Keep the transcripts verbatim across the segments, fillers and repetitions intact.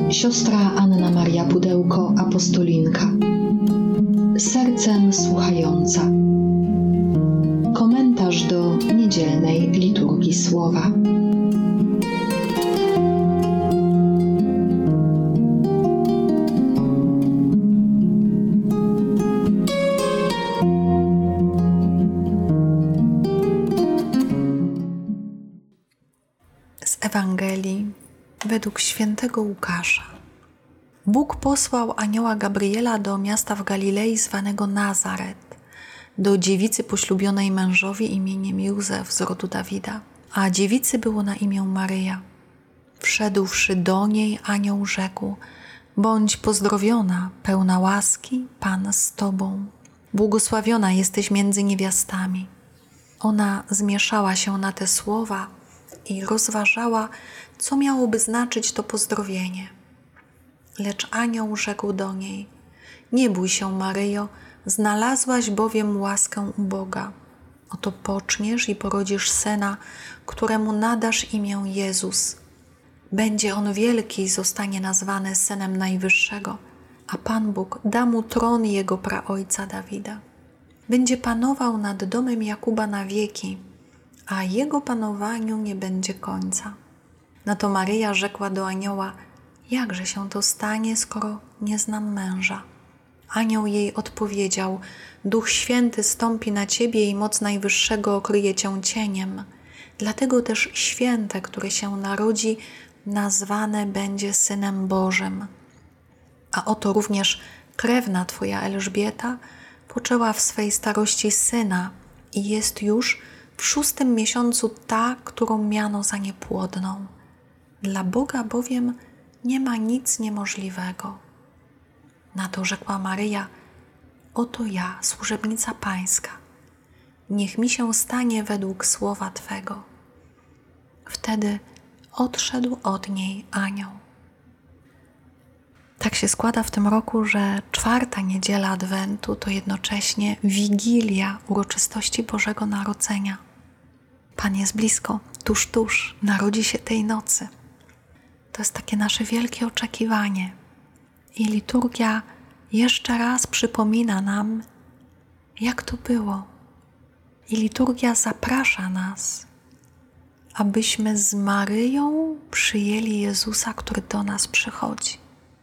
Siostra Anna Maria Pudełko, apostolinka. Sercem słuchająca. Komentarz do niedzielnej liturgii słowa. Z Ewangelii według świętego Łukasza. Bóg posłał anioła Gabriela do miasta w Galilei zwanego Nazaret, do dziewicy poślubionej mężowi imieniem Józef z rodu Dawida, a dziewicy było na imię Maryja. Wszedłszy do niej, anioł rzekł: bądź pozdrowiona, pełna łaski, Pan z tobą. Błogosławiona jesteś między niewiastami. Ona zmieszała się na te słowa i rozważała, co miałoby znaczyć to pozdrowienie. Lecz anioł rzekł do niej: nie bój się, Maryjo, znalazłaś bowiem łaskę u Boga. Oto poczniesz i porodzisz syna, któremu nadasz imię Jezus. Będzie on wielki i zostanie nazwany Synem Najwyższego, a Pan Bóg da mu tron jego praojca Dawida. Będzie panował nad domem Jakuba na wieki, a jego panowaniu nie będzie końca. Na to Maryja rzekła do anioła: jakże się to stanie, skoro nie znam męża? Anioł jej odpowiedział: Duch Święty stąpi na ciebie i moc Najwyższego okryje cię cieniem. Dlatego też święte, które się narodzi, nazwane będzie Synem Bożym. A oto również krewna twoja Elżbieta poczęła w swej starości syna i jest już w szóstym miesiącu ta, którą miano za niepłodną. Dla Boga bowiem nie ma nic niemożliwego. Na to rzekła Maryja: oto ja, służebnica Pańska. Niech mi się stanie według słowa Twego. Wtedy odszedł od niej anioł. Tak się składa w tym roku, że czwarta niedziela Adwentu to jednocześnie Wigilia uroczystości Bożego Narodzenia. Pan jest blisko, tuż, tuż, narodzi się tej nocy. To jest takie nasze wielkie oczekiwanie. I liturgia jeszcze raz przypomina nam, jak to było. I liturgia zaprasza nas, abyśmy z Maryją przyjęli Jezusa, który do nas przychodzi.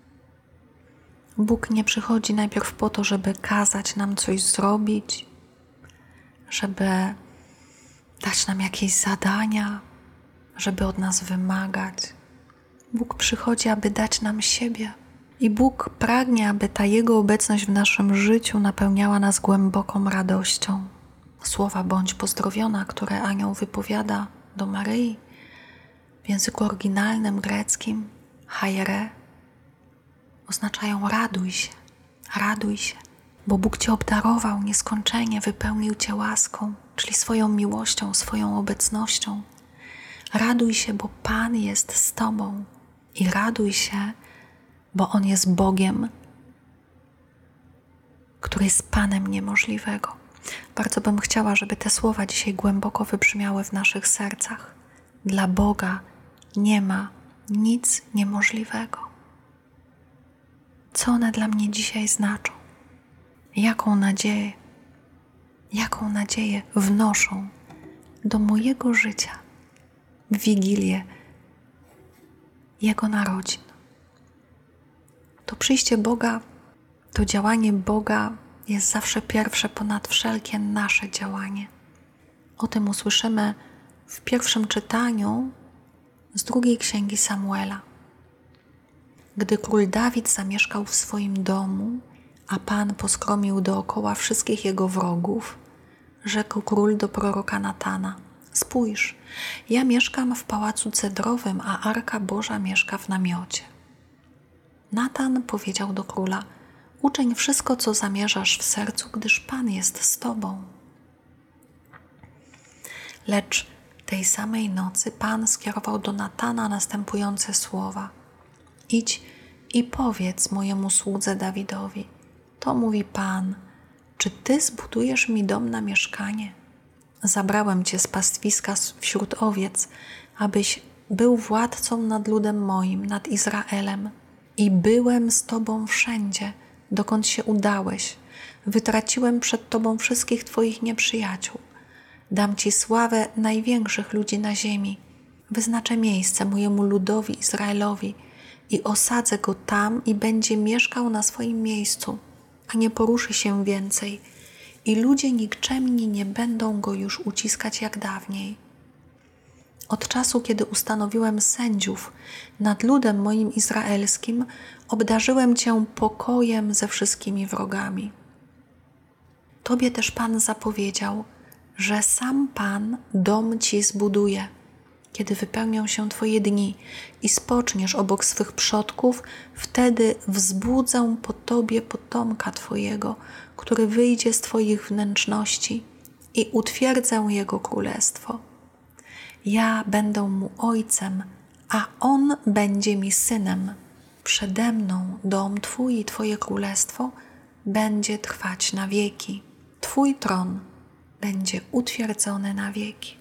Bóg nie przychodzi najpierw po to, żeby kazać nam coś zrobić, żeby dać nam jakieś zadania, żeby od nas wymagać. Bóg przychodzi, aby dać nam siebie. I Bóg pragnie, aby ta Jego obecność w naszym życiu napełniała nas głęboką radością. Słowa bądź pozdrowiona, które anioł wypowiada do Maryi w języku oryginalnym greckim chaire, oznaczają raduj się, raduj się, bo Bóg Cię obdarował nieskończenie, wypełnił Cię łaską, czyli swoją miłością, swoją obecnością. Raduj się, bo Pan jest z Tobą i raduj się, bo On jest Bogiem, który jest Panem niemożliwego. Bardzo bym chciała, żeby te słowa dzisiaj głęboko wybrzmiały w naszych sercach. Dla Boga nie ma nic niemożliwego. Co one dla mnie dzisiaj znaczą? Jaką nadzieję, jaką nadzieję wnoszą do mojego życia w Wigilię Jego narodzin? To przyjście Boga, to działanie Boga jest zawsze pierwsze ponad wszelkie nasze działanie. O tym usłyszymy w pierwszym czytaniu z drugiej księgi Samuela. Gdy król Dawid zamieszkał w swoim domu, a Pan poskromił dookoła wszystkich jego wrogów, rzekł król do proroka Natana: spójrz, ja mieszkam w pałacu cedrowym, a Arka Boża mieszka w namiocie. Natan powiedział do króla: uczyń wszystko, co zamierzasz w sercu, gdyż Pan jest z tobą. Lecz tej samej nocy Pan skierował do Natana następujące słowa: idź i powiedz mojemu słudze Dawidowi: to mówi Pan, czy Ty zbudujesz mi dom na mieszkanie? Zabrałem Cię z pastwiska wśród owiec, abyś był władcą nad ludem moim, nad Izraelem. i byłem z Tobą wszędzie, dokąd się udałeś. Wytraciłem przed Tobą wszystkich Twoich nieprzyjaciół. Dam Ci sławę największych ludzi na ziemi. Wyznaczę miejsce mojemu ludowi Izraelowi i osadzę go tam i będzie mieszkał na swoim miejscu, a nie poruszy się więcej. I ludzie nikczemni nie będą go już uciskać jak dawniej. Od czasu, kiedy ustanowiłem sędziów nad ludem moim izraelskim, obdarzyłem Cię pokojem ze wszystkimi wrogami. Tobie też Pan zapowiedział, że sam Pan dom Ci zbuduje, kiedy wypełnią się Twoje dni i spoczniesz obok swych przodków, wtedy wzbudzę po Tobie potomka Twojego, który wyjdzie z Twoich wnętrzności i utwierdzę Jego królestwo. Ja będę mu ojcem, a on będzie mi synem. Przede mną dom Twój i Twoje królestwo będzie trwać na wieki. Twój tron będzie utwierdzony na wieki.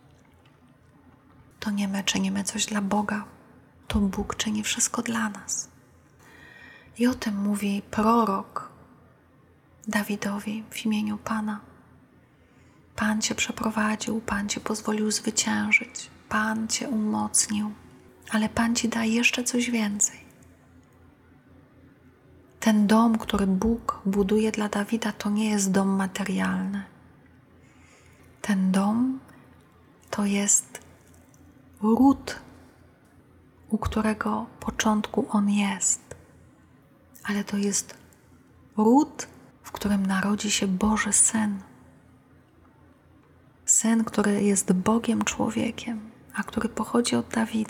To nie my czynimy coś dla Boga, to Bóg czyni wszystko dla nas. I o tym mówi prorok Dawidowi w imieniu Pana. Pan Cię przeprowadził, Pan Ci pozwolił zwyciężyć, Pan Cię umocnił, ale Pan Ci da jeszcze coś więcej. Ten dom, który Bóg buduje dla Dawida, to nie jest dom materialny. Ten dom to jest ród, u którego początku on jest, ale to jest ród, w którym narodzi się Boży Syn. Syn, który jest Bogiem człowiekiem, a który pochodzi od Dawida.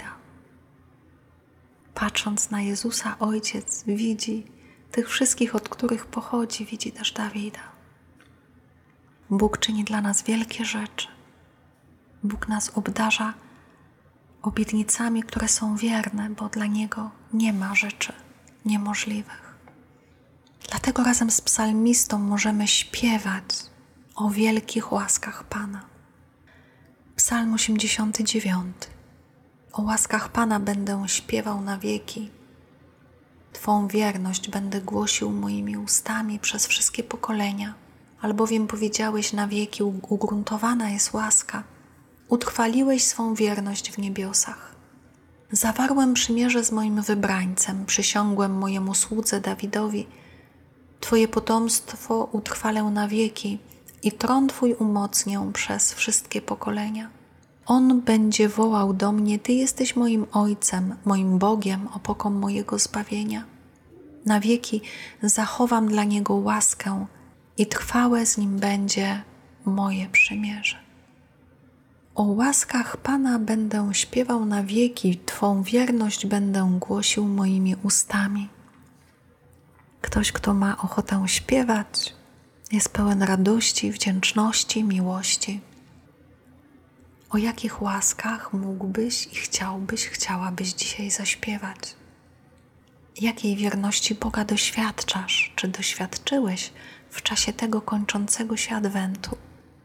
Patrząc na Jezusa, Ojciec widzi tych wszystkich, od których pochodzi, widzi też Dawida. Bóg czyni dla nas wielkie rzeczy. Bóg nas obdarza obietnicami, które są wierne, bo dla Niego nie ma rzeczy niemożliwych. Dlatego razem z psalmistą możemy śpiewać o wielkich łaskach Pana. Psalm osiemdziesiąty dziewiąty. O łaskach Pana będę śpiewał na wieki. Twą wierność będę głosił moimi ustami przez wszystkie pokolenia. Albowiem powiedziałeś na wieki, ugruntowana jest łaska. Utrwaliłeś swą wierność w niebiosach. Zawarłem przymierze z moim wybrańcem, przysiągłem mojemu słudze Dawidowi. Twoje potomstwo utrwalę na wieki i tron Twój umocnię przez wszystkie pokolenia. On będzie wołał do mnie, Ty jesteś moim Ojcem, moim Bogiem, opoką mojego zbawienia. Na wieki zachowam dla Niego łaskę i trwałe z Nim będzie moje przymierze. O łaskach Pana będę śpiewał na wieki, Twą wierność będę głosił moimi ustami. Ktoś, kto ma ochotę śpiewać, jest pełen radości, wdzięczności, miłości. O jakich łaskach mógłbyś i chciałbyś, chciałabyś dzisiaj zaśpiewać? Jakiej wierności Boga doświadczasz, czy doświadczyłeś w czasie tego kończącego się Adwentu?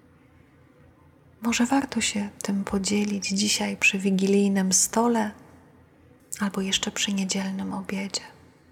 Może warto się tym podzielić dzisiaj przy wigilijnym stole albo jeszcze przy niedzielnym obiedzie.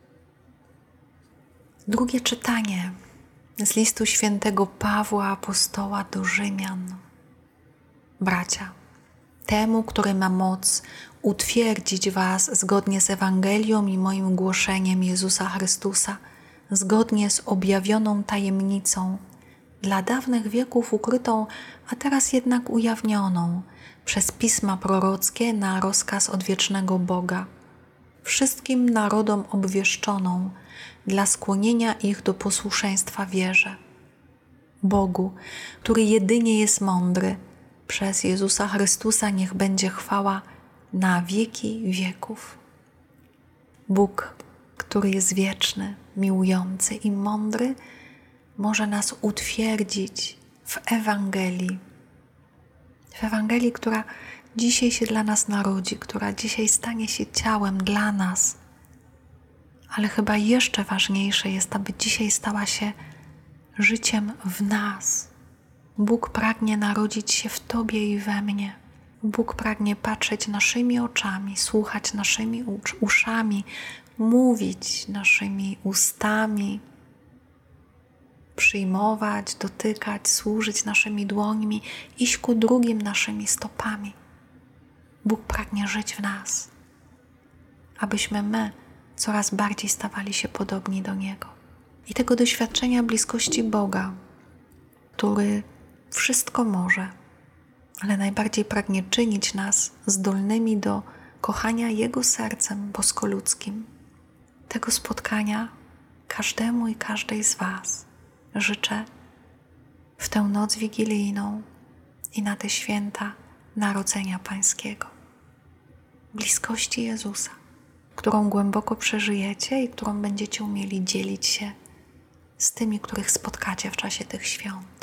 Drugie czytanie z listu świętego Pawła apostoła do Rzymian. Bracia, temu, który ma moc utwierdzić was zgodnie z Ewangelią i moim głoszeniem Jezusa Chrystusa, zgodnie z objawioną tajemnicą, dla dawnych wieków ukrytą, a teraz jednak ujawnioną przez pisma prorockie na rozkaz odwiecznego Boga, wszystkim narodom obwieszczoną dla skłonienia ich do posłuszeństwa wierze. Bogu, który jedynie jest mądry, przez Jezusa Chrystusa niech będzie chwała na wieki wieków. Bóg, który jest wieczny, miłujący i mądry, może nas utwierdzić w Ewangelii. W Ewangelii, która dzisiaj się dla nas narodzi, która dzisiaj stanie się ciałem dla nas. Ale chyba jeszcze ważniejsze jest, aby dzisiaj stała się życiem w nas. Bóg pragnie narodzić się w Tobie i we mnie. Bóg pragnie patrzeć naszymi oczami, słuchać naszymi uszami, mówić naszymi ustami, przyjmować, dotykać, służyć naszymi dłońmi, iść ku drugim naszymi stopami. Bóg pragnie żyć w nas, abyśmy my coraz bardziej stawali się podobni do Niego. I tego doświadczenia bliskości Boga, który wszystko może, ale najbardziej pragnie czynić nas zdolnymi do kochania Jego sercem boskoludzkim. Tego spotkania każdemu i każdej z Was życzę w tę noc wigilijną i na te święta Narodzenia Pańskiego. Bliskości Jezusa, którą głęboko przeżyjecie i którą będziecie umieli dzielić się z tymi, których spotkacie w czasie tych świąt.